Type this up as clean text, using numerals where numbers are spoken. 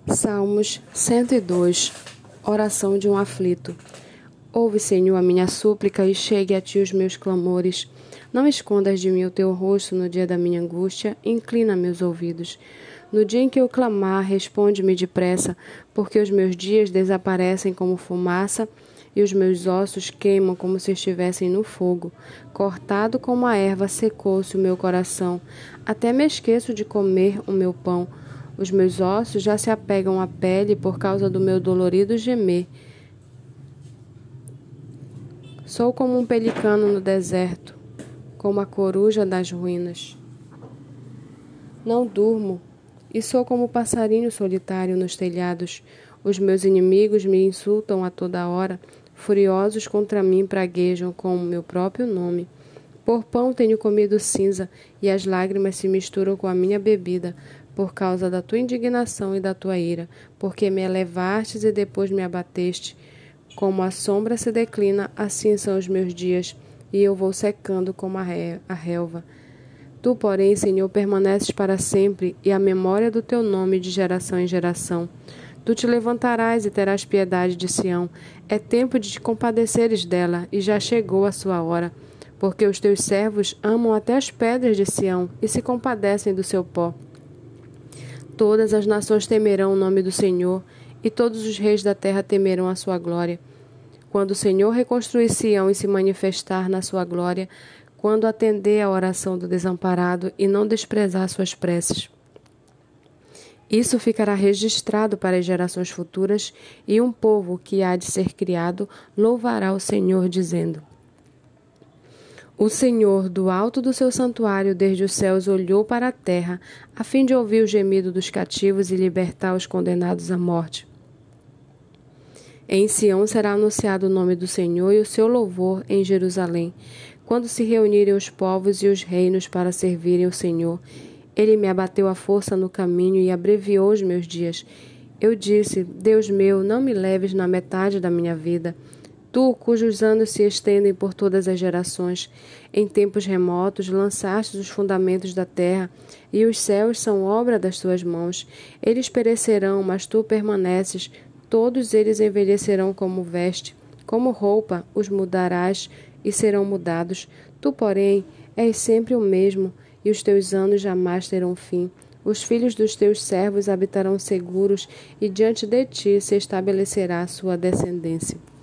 Salmos 102. Oração de um aflito. Ouve, Senhor, a minha súplica e chegue a ti os meus clamores. Não escondas de mim o teu rosto no dia da minha angústia, inclina meus ouvidos. No dia em que eu clamar, responde-me depressa, porque os meus dias desaparecem como fumaça e os meus ossos queimam como se estivessem no fogo. Cortado como a erva, secou-se o meu coração. Até me esqueço de comer o meu pão. Os meus ossos já se apegam à pele por causa do meu dolorido gemer. Sou como um pelicano no deserto, como a coruja das ruínas. Não durmo, e sou como o passarinho solitário nos telhados. Os meus inimigos me insultam a toda hora, furiosos contra mim praguejam com o meu próprio nome. Por pão tenho comido cinza, e as lágrimas se misturam com a minha bebida, por causa da tua indignação e da tua ira, porque me elevastes e depois me abateste. Como a sombra se declina, assim são os meus dias, e eu vou secando como a relva. Tu, porém, Senhor, permaneces para sempre, e a memória do teu nome de geração em geração. Tu te levantarás e terás piedade de Sião. É tempo de te compadeceres dela, e já chegou a sua hora. Porque os teus servos amam até as pedras de Sião, e se compadecem do seu pó. Todas as nações temerão o nome do Senhor, e todos os reis da terra temerão a sua glória. Quando o Senhor reconstruir Sião e se manifestar na sua glória, quando atender à oração do desamparado e não desprezar suas preces. Isso ficará registrado para as gerações futuras, e um povo que há de ser criado louvará o Senhor, dizendo: O Senhor, do alto do seu santuário, desde os céus, olhou para a terra, a fim de ouvir o gemido dos cativos e libertar os condenados à morte. Em Sião será anunciado o nome do Senhor e o seu louvor em Jerusalém. Quando se reunirem os povos e os reinos para servirem o Senhor, ele me abateu à força no caminho e abreviou os meus dias. Eu disse: Deus meu, não me leves na metade da minha vida. Tu, cujos anos se estendem por todas as gerações, em tempos remotos lançaste os fundamentos da terra, e os céus são obra das tuas mãos. Eles perecerão, mas tu permaneces, todos eles envelhecerão como veste, como roupa os mudarás e serão mudados. Tu, porém, és sempre o mesmo, e os teus anos jamais terão fim. Os filhos dos teus servos habitarão seguros, e diante de ti se estabelecerá a sua descendência.